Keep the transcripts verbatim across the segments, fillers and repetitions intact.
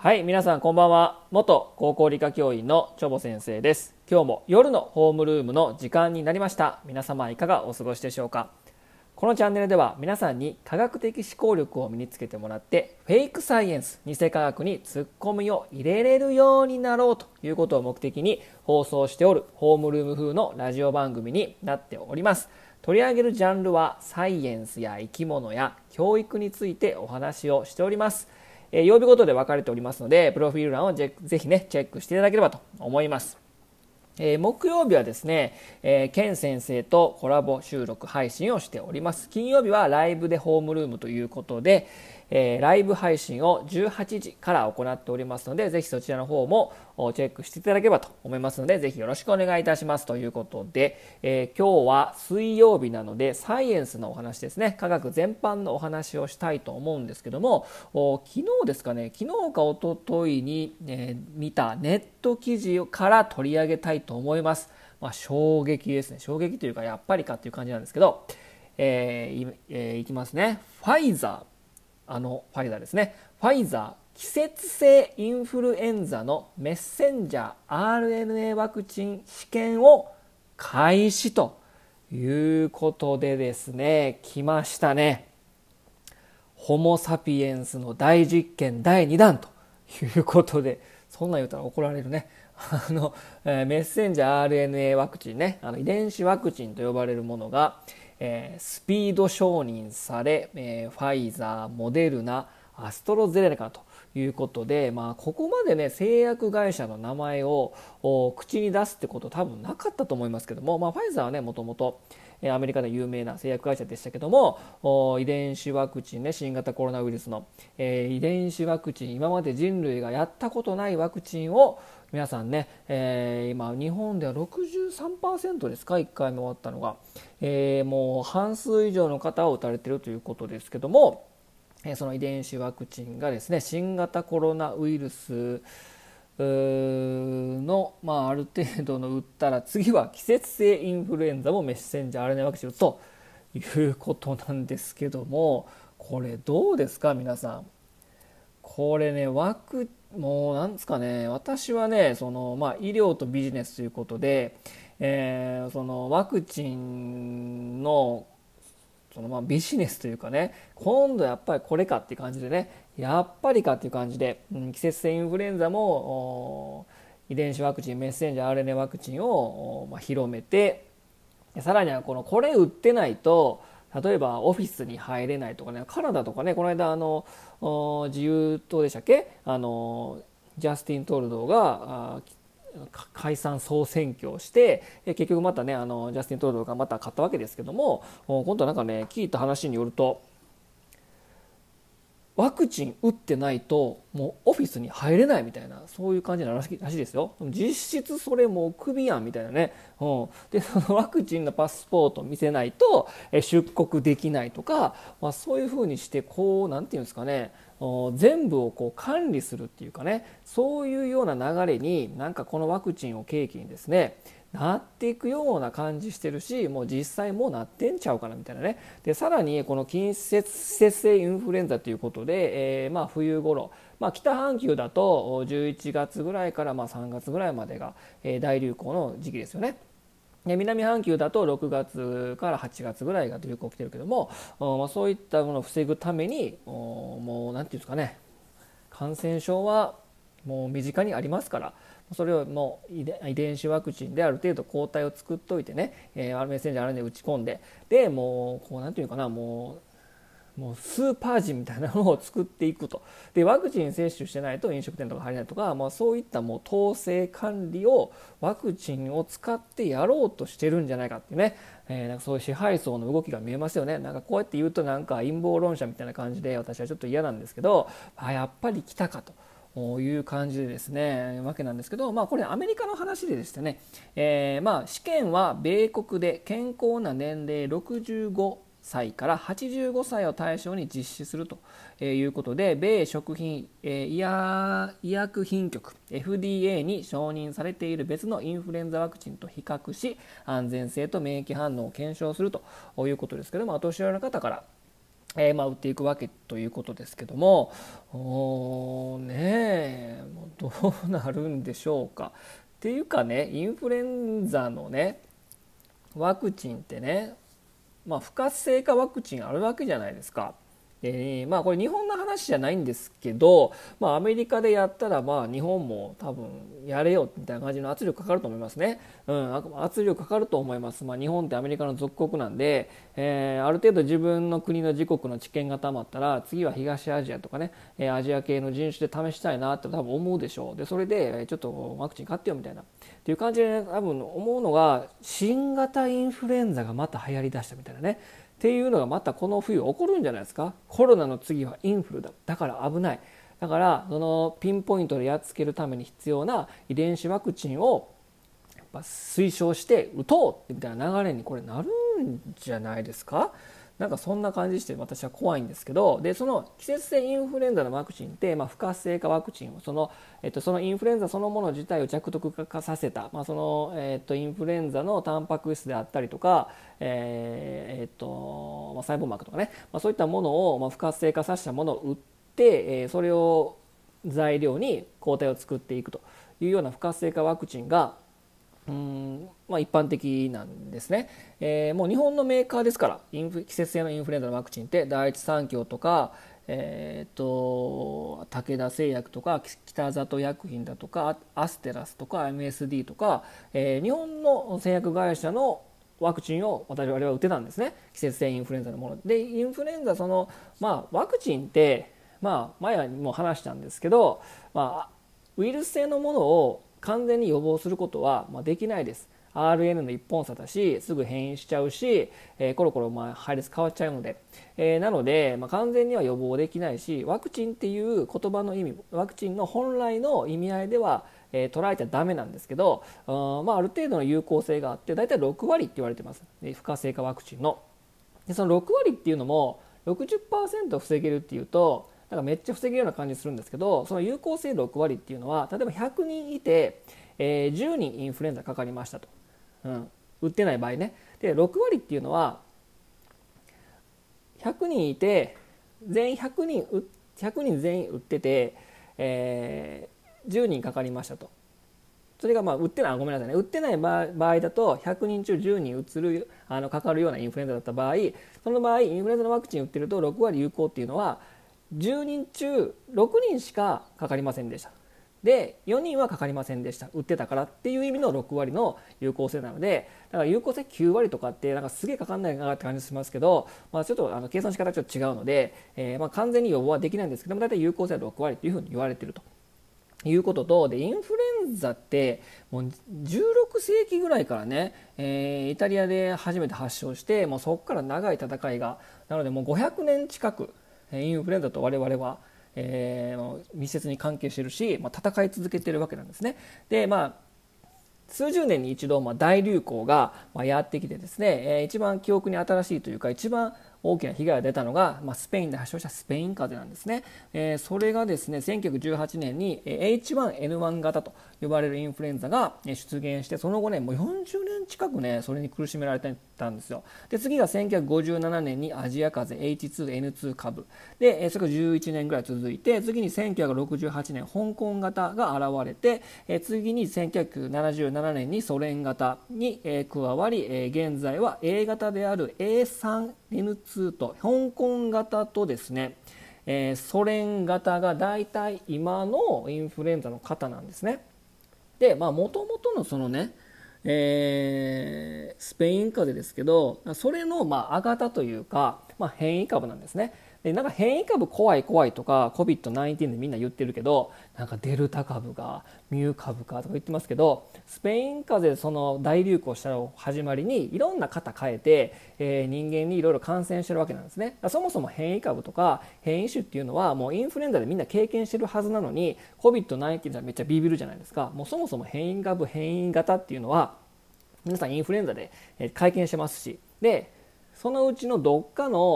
はい、皆さんこんばんは。元高校理科教員のチョボ先生です。今日も夜のホームルームの時間になりました。皆様いかがお過ごしでしょうか。このチャンネルでは皆さんに科学的思考力を身につけてもらってフェイクサイエンス、偽科学にツッコミを入れれるようになろうということを目的に放送しておるホームルーム風のラジオ番組になっております。取り上げるジャンルはサイエンスや生き物や教育についてお話をしております。えー、曜日ごとで分かれておりますので、プロフィール欄をぜひねチェックしていただければと思います。えー、木曜日はですね、えー、ケン先生とコラボ収録配信をしております。金曜日はライブでホームルームということで、えー、ライブ配信をじゅうはちじから行っておりますので、ぜひそちらの方もチェックしていただければと思いますので、ぜひよろしくお願いいたしますということで、えー、今日は水曜日なのでサイエンスのお話ですね、科学全般のお話をしたいと思うんですけども、昨日ですかね、昨日か一昨日に、えー、見たネット記事から取り上げたいと思います。まあ、衝撃ですね。衝撃というかやっぱりかっていう感じなんですけど、えーえー、いきますね。ファイザー、あのファイザーですね。ファイザー季節性インフルエンザのメッセンジャー アールエヌエー ワクチン試験を開始ということでですね、来ましたね。ホモサピエンスの大実験だいにだんということで、そんなん言うたら怒られるね。あの、えー、メッセンジャー アールエヌエー ワクチンね、あの遺伝子ワクチンと呼ばれるものが、えー、スピード承認され、えー、ファイザー、モデルナ、アストロゼネカということで、まあ、ここまでね製薬会社の名前を口に出すってこと多分なかったと思いますけども、まあ、ファイザーはねもともとアメリカで有名な製薬会社でしたけども、遺伝子ワクチンね、新型コロナウイルスの、えー、遺伝子ワクチン、今まで人類がやったことないワクチンを皆さんね、えー、今日本では ろくじゅうさんパーセント ですか、いっかいめ終わったのが、えー、もう半数以上の方は打たれているということですけども、その遺伝子ワクチンがですね、新型コロナウイルスの、まあ、ある程度の打ったら次は季節性インフルエンザもメッセンジャー アールエヌエー ワクチンということなんですけども、これどうですか皆さん。これね、ワクもうなんですかね、私はねその、まあ、医療とビジネスということで、えー、そのワクチンのそのまあビジネスというかね、今度やっぱりこれかっていう感じでね、やっぱりかっていう感じで、うん、季節性インフルエンザも遺伝子ワクチン、メッセンジャー アールエヌエー ワクチンをまあ広めて、さらにはこのこれ打ってないと例えばオフィスに入れないとかね、カナダとかね、この間あの自由党でしたっけ、あのジャスティン・トルドーが解散総選挙をして結局またねあのジャスティン・トルドーがまた勝ったわけですけども、今度なんかね聞いた話によると、ワクチン打ってないともうオフィスに入れないみたいな、そういう感じならしいですよ。実質それもうクビやんみたいなね、うん、でそのワクチンのパスポート見せないと出国できないとか、まあ、そういうふうにしてこうなんていうんですかね、全部をこう管理するっていうかね、そういうような流れになんかこのワクチンを契機にですねなっていくような感じしてるし、もう実際もうなってんちゃうかなみたいなね。でさらにこの季節性インフルエンザということで、えー、まあ冬頃、まあ、北半球だとじゅういちがつぐらいからまあさんがつぐらいまでが大流行の時期ですよね。南半球だとろくがつからはちがつぐらいが流行来てるけども、まあ、そういったものを防ぐためにもうなんていうんですかね、感染症はもう身近にありますから、それをもう遺伝子ワクチンである程度抗体を作っておいてね、えー、メッセンジャー アールエヌエー 打ち込んで、でもうこうなんていうかな、もうもうスーパー人みたいなのを作っていくと。でワクチン接種してないと飲食店とか入れないとか、まあ、そういったもう統制管理をワクチンを使ってやろうとしてるんじゃないかっていうね、えー、なんかそういう支配層の動きが見えますよね。なんかこうやって言うとなんか陰謀論者みたいな感じで私はちょっと嫌なんですけど、あやっぱり来たかという感じでですねわけなんですけど、まあ、これアメリカの話でですね、えー、まあ試験は米国で健康な年齢ろくじゅうごさいからはちじゅうごさいを対象に実施するということで、米食品、えー、医薬医薬品局 エフディーエー に承認されている別のインフルエンザワクチンと比較し、安全性と免疫反応を検証するということですけども、お年寄りの方からえーまあ、打っていくわけということですけども、おねえもうどうなるんでしょうか。っていうかね、インフルエンザのねワクチンってね、まあ、不活性化ワクチンあるわけじゃないですか。でまあ、これ日本の話じゃないんですけど、まあ、アメリカでやったらまあ日本も多分やれよみたいな感じの圧力かかると思いますね、うん、圧力かかると思います、まあ、日本ってアメリカの属国なんで、えー、ある程度自分の国の自国の知見がたまったら次は東アジアとかね、えー、アジア系の人種で試したいなって多分思うでしょう。でそれでちょっとワクチン買ってよみたいなっていう感じで、ね、多分思うのが新型インフルエンザがまた流行りだしたみたいなねっていうのがまたこの冬起こるんじゃないですか。コロナの次はインフルだ、だから危ない、だからそのピンポイントでやっつけるために必要な遺伝子ワクチンをやっぱ推奨して打とうみたいな流れにこれなるんじゃないですか。なんかそんな感じして私は怖いんですけど、でその季節性インフルエンザのワクチンって、まあ、不活性化ワクチンをその、えっと、そのインフルエンザそのもの自体を弱毒化させた、まあ、その、えっと、インフルエンザのタンパク質であったりとか、えーえっとまあ、細胞膜とかね、まあ、そういったものを、まあ、不活性化させたものを打って、えー、それを材料に抗体を作っていくというような不活性化ワクチンがうんまあ、一般的なんですね、えー、もう日本のメーカーですからインフ季節性のインフルエンザのワクチンって第一三共とか、えー、と武田製薬とか北里薬品だとかアステラスとか エムエスディー とか、えー、日本の製薬会社のワクチンを私々は打ってたんですね。季節性インフルエンザのもので、インフルエンザその、まあ、ワクチンって、まあ、前にも話したんですけど、まあ、ウイルス性のものを完全に予防することはまあできないです。 アールエヌ の一本差だしすぐ変異しちゃうし、えー、コロコロまあ配列変わっちゃうので、えー、なので、まあ、完全には予防できないし、ワクチンっていう言葉の意味、ワクチンの本来の意味合いでは、えー、捉えちゃダメなんですけど、あ、まあ、ある程度の有効性があってだいたいろく割って言われてます、不活性化ワクチンの。でそのろく割っていうのも ろくじゅっパーセント 防げるっていうとなんかめっちゃ防げるような感じするんですけど、その有効性ろく割っていうのは例えばひゃくにんいて、えー、じゅうにんインフルエンザかかりましたと、うん、打ってない場合ね。でろく割っていうのはひゃくにんいて全員ひゃくにんひゃくにん全員打ってて、えー、じゅうにんかかりましたと。それがまあ打ってないごめんなさいね打ってない場合だとひゃくにん中じゅうにんうつるあのかかるようなインフルエンザだった場合、その場合インフルエンザのワクチン打ってるとろく割有効っていうのはじゅうにん中ろくにんしかかかりませんでした。でよにんはかかりませんでした、打ってたからっていう意味のろく割の有効性なので、だから有効性きゅう割とかってなんかすげえかかんないかなって感じしますけど、まあ、ちょっとあの計算の仕方がちょっと違うので、えー、まあ完全に予防はできないんですけども、だいたい有効性はろく割というふうに言われているということと、でインフルエンザってもうじゅうろく世紀ぐらいからね、えー、イタリアで初めて発症して、もうそこから長い戦いが、なのでもうごひゃくねん近くインフルエンザと我々は、えー、密接に関係しているし、まあ、戦い続けているわけなんですね。でまあ数十年に一度、まあ、大流行がやってきてですね、えー、一番記憶に新しいというか一番大きな被害が出たのが、まあ、スペインで発症したスペイン風邪なんですね、えー、それがですねせんきゅうひゃくじゅうはちねんに エイチワンエヌワン 型と呼ばれるインフルエンザが出現して、その後ねもうよんじゅうねん近くねそれに苦しめられてたんですよ。で次がせんきゅうひゃくごじゅうななねんにアジア風邪 エイチツーエヌツー 株で、それがじゅういちねんぐらい続いて、次にせんきゅうひゃくろくじゅうはちねん香港型が現れて、次にせんきゅうひゃくななじゅうななねんにソ連型に加わり、現在は A 型である エースリーエヌツー と香港型とですね、えー、ソ連型がだいたい今のインフルエンザの型なんですね。でまあもともとのそのね、えー、スペイン風邪ですけど、それのまあ亜型というか、まあ、変異株なんですね。でなんか変異株怖い怖いとか コビッドナインティーン でみんな言ってるけど、なんかデルタ株がミュー株かとか言ってますけど、スペイン風邪その大流行したのを始まりにいろんな型変えて、えー、人間にいろいろ感染してるわけなんですね。そもそも変異株とか変異種っていうのはもうインフルエンザでみんな経験してるはずなのに コビッドナインティーン はめっちゃビビるじゃないですか。もうそもそも変異株変異型っていうのは皆さんインフルエンザで経験してますし、でそのうちのどっかの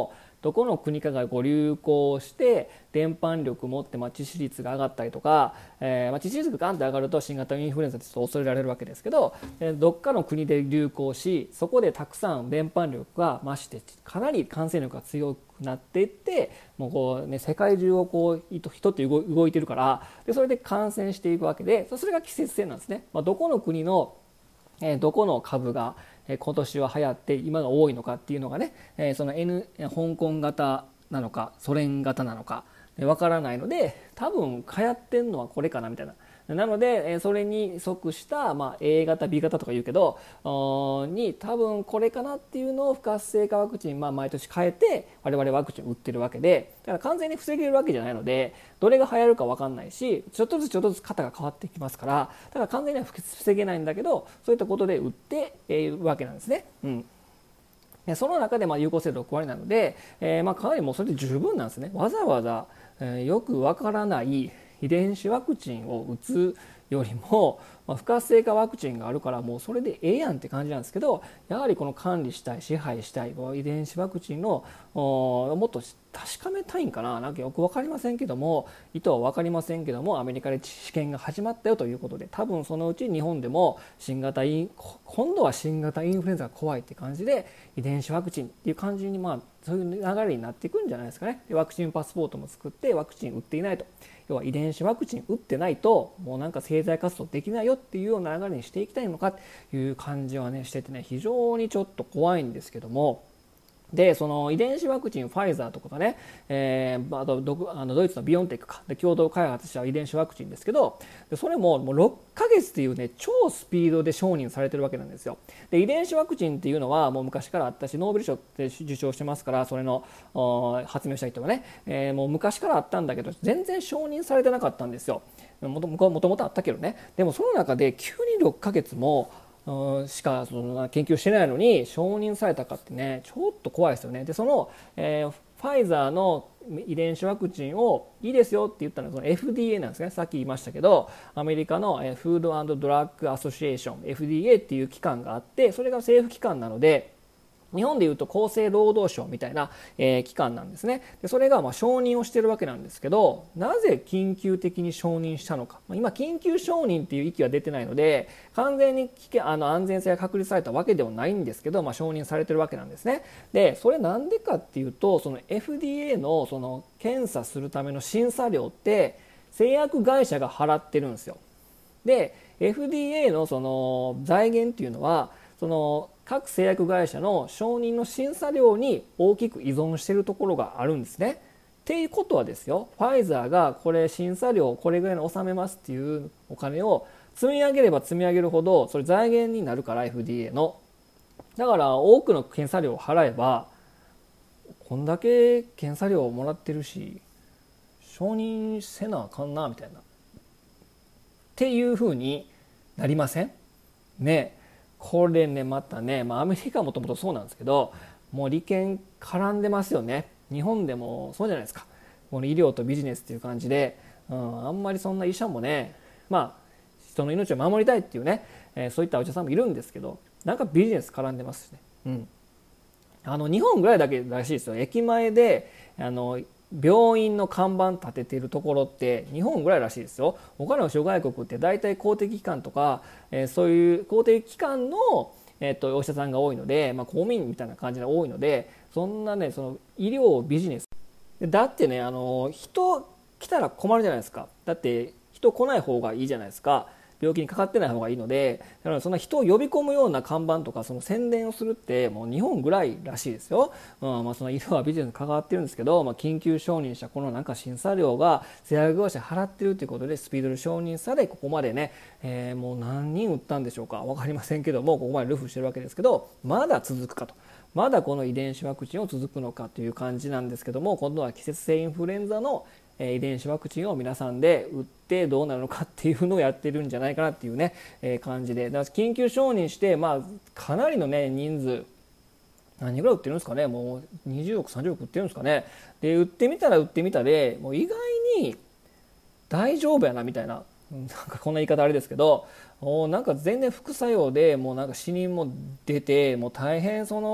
どこの国かがこう流行して伝播力を持ってまあ致死率が上がったりとか、えー、まあ致死率がガンと上がると新型インフルエンザってちょっと恐れられるわけですけど、えー、どっかの国で流行しそこでたくさん伝播力が増してかなり感染力が強くなっていってもうこう、ね、世界中をこう人って動いてるからでそれで感染していくわけでそれが季節性なんですね。まあ、どこの国のえー、どこの株が、えー、今年は流行って今が多いのかっていうのがね、えー、その N 香港型なのかソ連型なのかわからないので多分流行ってんのはこれかなみたいな。なのでそれに即した、まあ、A 型 B 型とか言うけどに多分これかなっていうのを不活性化ワクチン、まあ、毎年変えて我々ワクチンを打ってるわけでだから完全に防げるわけじゃないのでどれが流行るか分かんないしちょっとずつちょっとずつ型が変わってきますからだから完全には防げないんだけどそういったことで打っているわけなんですね。うんその中でまあ有効性ろく割なので、えー、まあかなりもうそれで十分なんですね。わざわざ、えー、よくわからない遺伝子ワクチンを打つよりも、まあ、不活性化ワクチンがあるからもうそれでええやんって感じなんですけどやはりこの管理したい支配したい遺伝子ワクチンのもっと確かめたいんかななんかよく分かりませんけども意図は分かりませんけどもアメリカで試験が始まったよということで多分そのうち日本でも新型イン今度は新型インフルエンザが怖いって感じで遺伝子ワクチンっていう感じにまあそういう流れになっていくんじゃないですかね。でワクチンパスポートも作ってワクチン打っていないと要は遺伝子ワクチン打ってないともうなんか経済活動できないよっていうような流れにしていきたいのかという感じはねしててね非常にちょっと怖いんですけどもでその遺伝子ワクチンファイザーとかね、えー、あとドあのドイツのビオンテックかで共同開発した遺伝子ワクチンですけどでそれももうろっかげつっていうね超スピードで承認されてるわけなんですよ。で遺伝子ワクチンっていうのはもう昔からあったしノーベル賞って受賞してますからそれの発明した人はね、えー、もう昔からあったんだけど全然承認されてなかったんですよ。もともとあったけどねでもその中で急にろっかげつもしかその研究してないのに承認されたかってねちょっと怖いですよね。でその、えー、ファイザーの遺伝子ワクチンをいいですよって言ったのはその エフディーエー なんですね。さっき言いましたけどアメリカのフード&ドラッグアソシエーション エフディーエー っていう機関があってそれが政府機関なので日本でいうと厚生労働省みたいな、えー、機関なんですね。でそれがまあ承認をしているわけなんですけどなぜ緊急的に承認したのか、まあ、今緊急承認っていう域は出てないので完全に危険あの安全性が確立されたわけではないんですけど、まあ、承認されているわけなんですね。でそれなんでかっていうとその エフディーエー の, その検査するための審査料って製薬会社が払ってるんですよ。で エフディーエー の, その財源っていうのはその各製薬会社の承認の審査料に大きく依存しているところがあるんですね。っていうことはですよファイザーがこれ審査料これぐらいの納めますっていうお金を積み上げれば積み上げるほどそれ財源になるから エフディーエー のだから多くの検査料を払えばこんだけ検査料をもらってるし承認せなあかんなみたいなっていう風になりませんね。これねまたね、まあ、アメリカはもともとそうなんですけどもう利権絡んでますよね。日本でもそうじゃないですか。この医療とビジネスっていう感じで、うん、あんまりそんな医者もねまあ人の命を守りたいっていうね、えー、そういったお医者さんもいるんですけどなんかビジネス絡んでますしね、うん、あの日本ぐらいだけらしいですよ。駅前であの病院の看板立てているところって日本ぐらいらしいですよ。他の諸外国って大体公的機関とか、えー、そういう公的機関の、えー、とお医者さんが多いので、まあ、公務員みたいな感じが多いのでそんなねその医療ビジネスだってねあの人来たら困るじゃないですか。だって人来ない方がいいじゃないですか。病気にかかってない方がいいのでだからそんな人を呼び込むような看板とかその宣伝をするってもう日本ぐらいらしいですよ、うんまあ、その医療はビジネスに関わってるんですけど、まあ、緊急承認したこのなんか審査料が製薬会社払ってるということでスピードで承認されここまでね、えー、もう何人打ったんでしょうか分かりませんけどもここまでルフしてるわけですけどまだ続くかとまだこの遺伝子ワクチンを続くのかという感じなんですけども今度は季節性インフルエンザの遺伝子ワクチンを皆さんで打ってどうなるのかっていうのをやってるんじゃないかなっていうね、えー、感じでだから緊急承認して、まあ、かなりの、ね、人数何ぐらい売ってるんですかねもうにじゅうおくさんじゅうおく売ってるんですかね。で売ってみたら売ってみたでもう意外に大丈夫やなみたいななんかこんな言い方あれですけどなんか全然副作用でもうなんか死人も出てもう大変その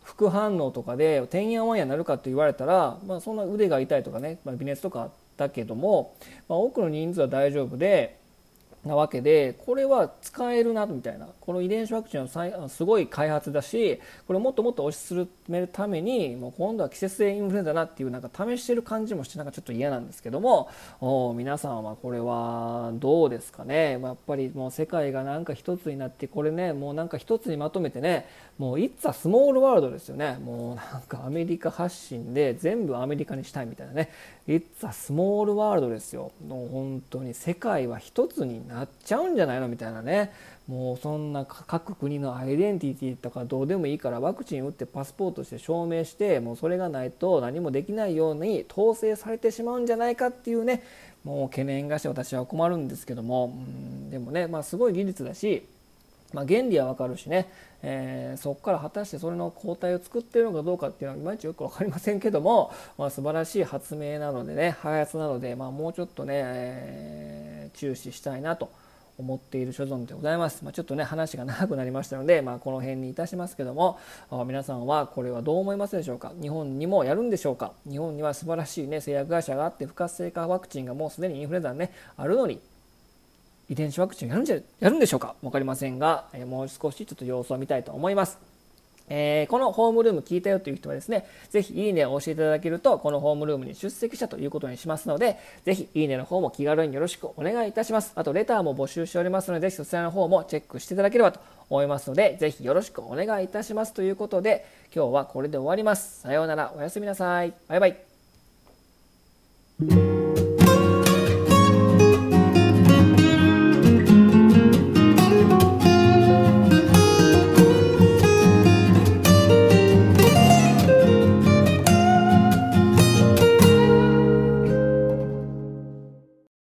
副反応とかでてんやわんやになるかと言われたら、まあ、そんな腕が痛いとかね、まあ、微熱とかあったけども、まあ、多くの人数は大丈夫でなわけで、これは使えるなみたいな、この遺伝子ワクチンはすごい開発だし、これをもっともっと推し進めるためにもう今度は季節性インフルエンザだなっていうなんか試してる感じもして、なんかちょっと嫌なんですけども、お皆さんはこれはどうですかね。まあ、やっぱりもう世界がなんか一つになって、これねもうなんか一つにまとめてね、もう It's a small world ですよね。もうなんかアメリカ発信で全部アメリカにしたいみたいなね、It's a small world ですよ。もう本当に世界は一つになっちゃうんじゃないのみたいなね。もうそんな各国のアイデンティティとかどうでもいいから、ワクチン打ってパスポートして証明して、もうそれがないと何もできないように統制されてしまうんじゃないかっていうね、もう懸念がして私は困るんですけども、うんでもね、まあ、すごい技術だし、まあ、原理は分かるしね、えー、そこから果たしてそれの抗体を作っているのかどうかっていうのはいまいちよく分かりませんけども、まあ、素晴らしい発明なのでね、開発なので、まあ、もうちょっとね、えー、注視したいなと思っている所存でございます。まあ、ちょっとね話が長くなりましたので、まあ、この辺にいたしますけども、皆さんはこれはどう思いますでしょうか。日本にもやるんでしょうか。日本には素晴らしい、ね、製薬会社があって、不活性化ワクチンがもうすでにインフルエンザに、ね、あるのに、遺伝子ワクチンやるんじゃやるんでしょうか。分かりませんが、えー、もう少しちょっと様子を見たいと思います。えー、このホームルーム聞いたよという人はですね、ぜひいいねを押していただけると、このホームルームに出席したということにしますので、ぜひいいねの方も気軽によろしくお願いいたします。あとレターも募集しておりますので、ぜひそちらの方もチェックしていただければと思いますので、ぜひよろしくお願いいたしますということで、今日はこれで終わります。さようなら、おやすみなさい。バイバイ。